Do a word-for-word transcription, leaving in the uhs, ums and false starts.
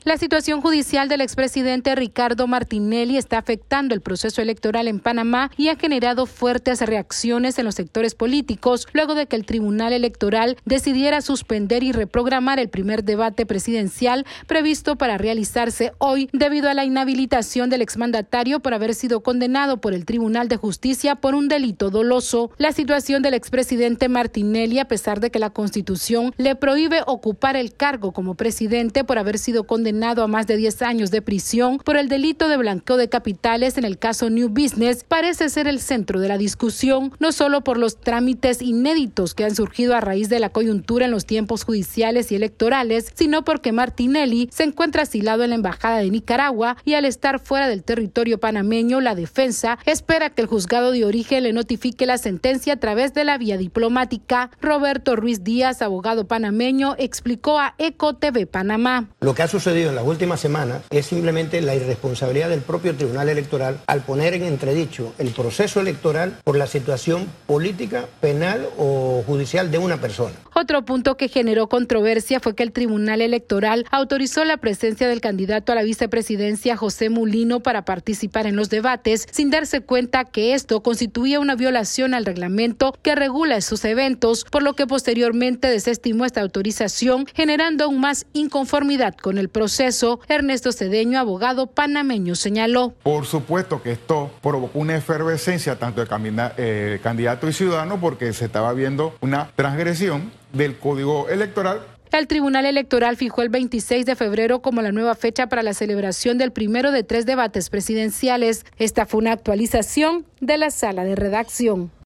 La situación judicial del expresidente Ricardo Martinelli está afectando el proceso electoral en Panamá y ha generado fuertes reacciones en los sectores políticos luego de que el Tribunal Electoral decidiera suspender y reprogramar el primer debate presidencial previsto para realizarse hoy debido a la inhabilitación del exmandatario por haber sido condenado por el Tribunal de Justicia por un delito doloso. La situación del expresidente Martinelli, a pesar de que la Constitución le prohíbe ocupar el cargo como presidente por haber sido condenado a más de diez años de prisión por el delito de blanqueo de capitales en el caso New Business, parece ser el centro de la discusión, no solo por los trámites inéditos que han surgido a raíz de la coyuntura en los tiempos judiciales y electorales, sino porque Martinelli se encuentra asilado en la Embajada de Nicaragua y al estar fuera del territorio panameño, la defensa espera que el juzgado de origen le notifique la sentencia a través de la vía diplomática. Roberto Ruiz Díaz, abogado panameño, explicó a Eco T V Panamá. Lo que ha sucedido en las últimas semanas es simplemente la irresponsabilidad del propio Tribunal Electoral al poner en entredicho el proceso electoral por la situación política, penal o judicial de una persona. Otro punto que generó controversia fue que el Tribunal Electoral autorizó la presencia del candidato a la vicepresidencia José Mulino para participar en los debates sin darse cuenta que esto constituía una violación al reglamento que regula esos eventos, por lo que posteriormente desestimó esta autorización, generando aún más inconformidad con el proceso. Ernesto Cedeño, abogado panameño, señaló. Por supuesto que esto provocó una efervescencia tanto de eh, candidato y ciudadano porque se estaba viendo una transgresión del Código Electoral. El Tribunal Electoral fijó el veintiséis de febrero como la nueva fecha para la celebración del primero de tres debates presidenciales. Esta fue una actualización de la sala de redacción.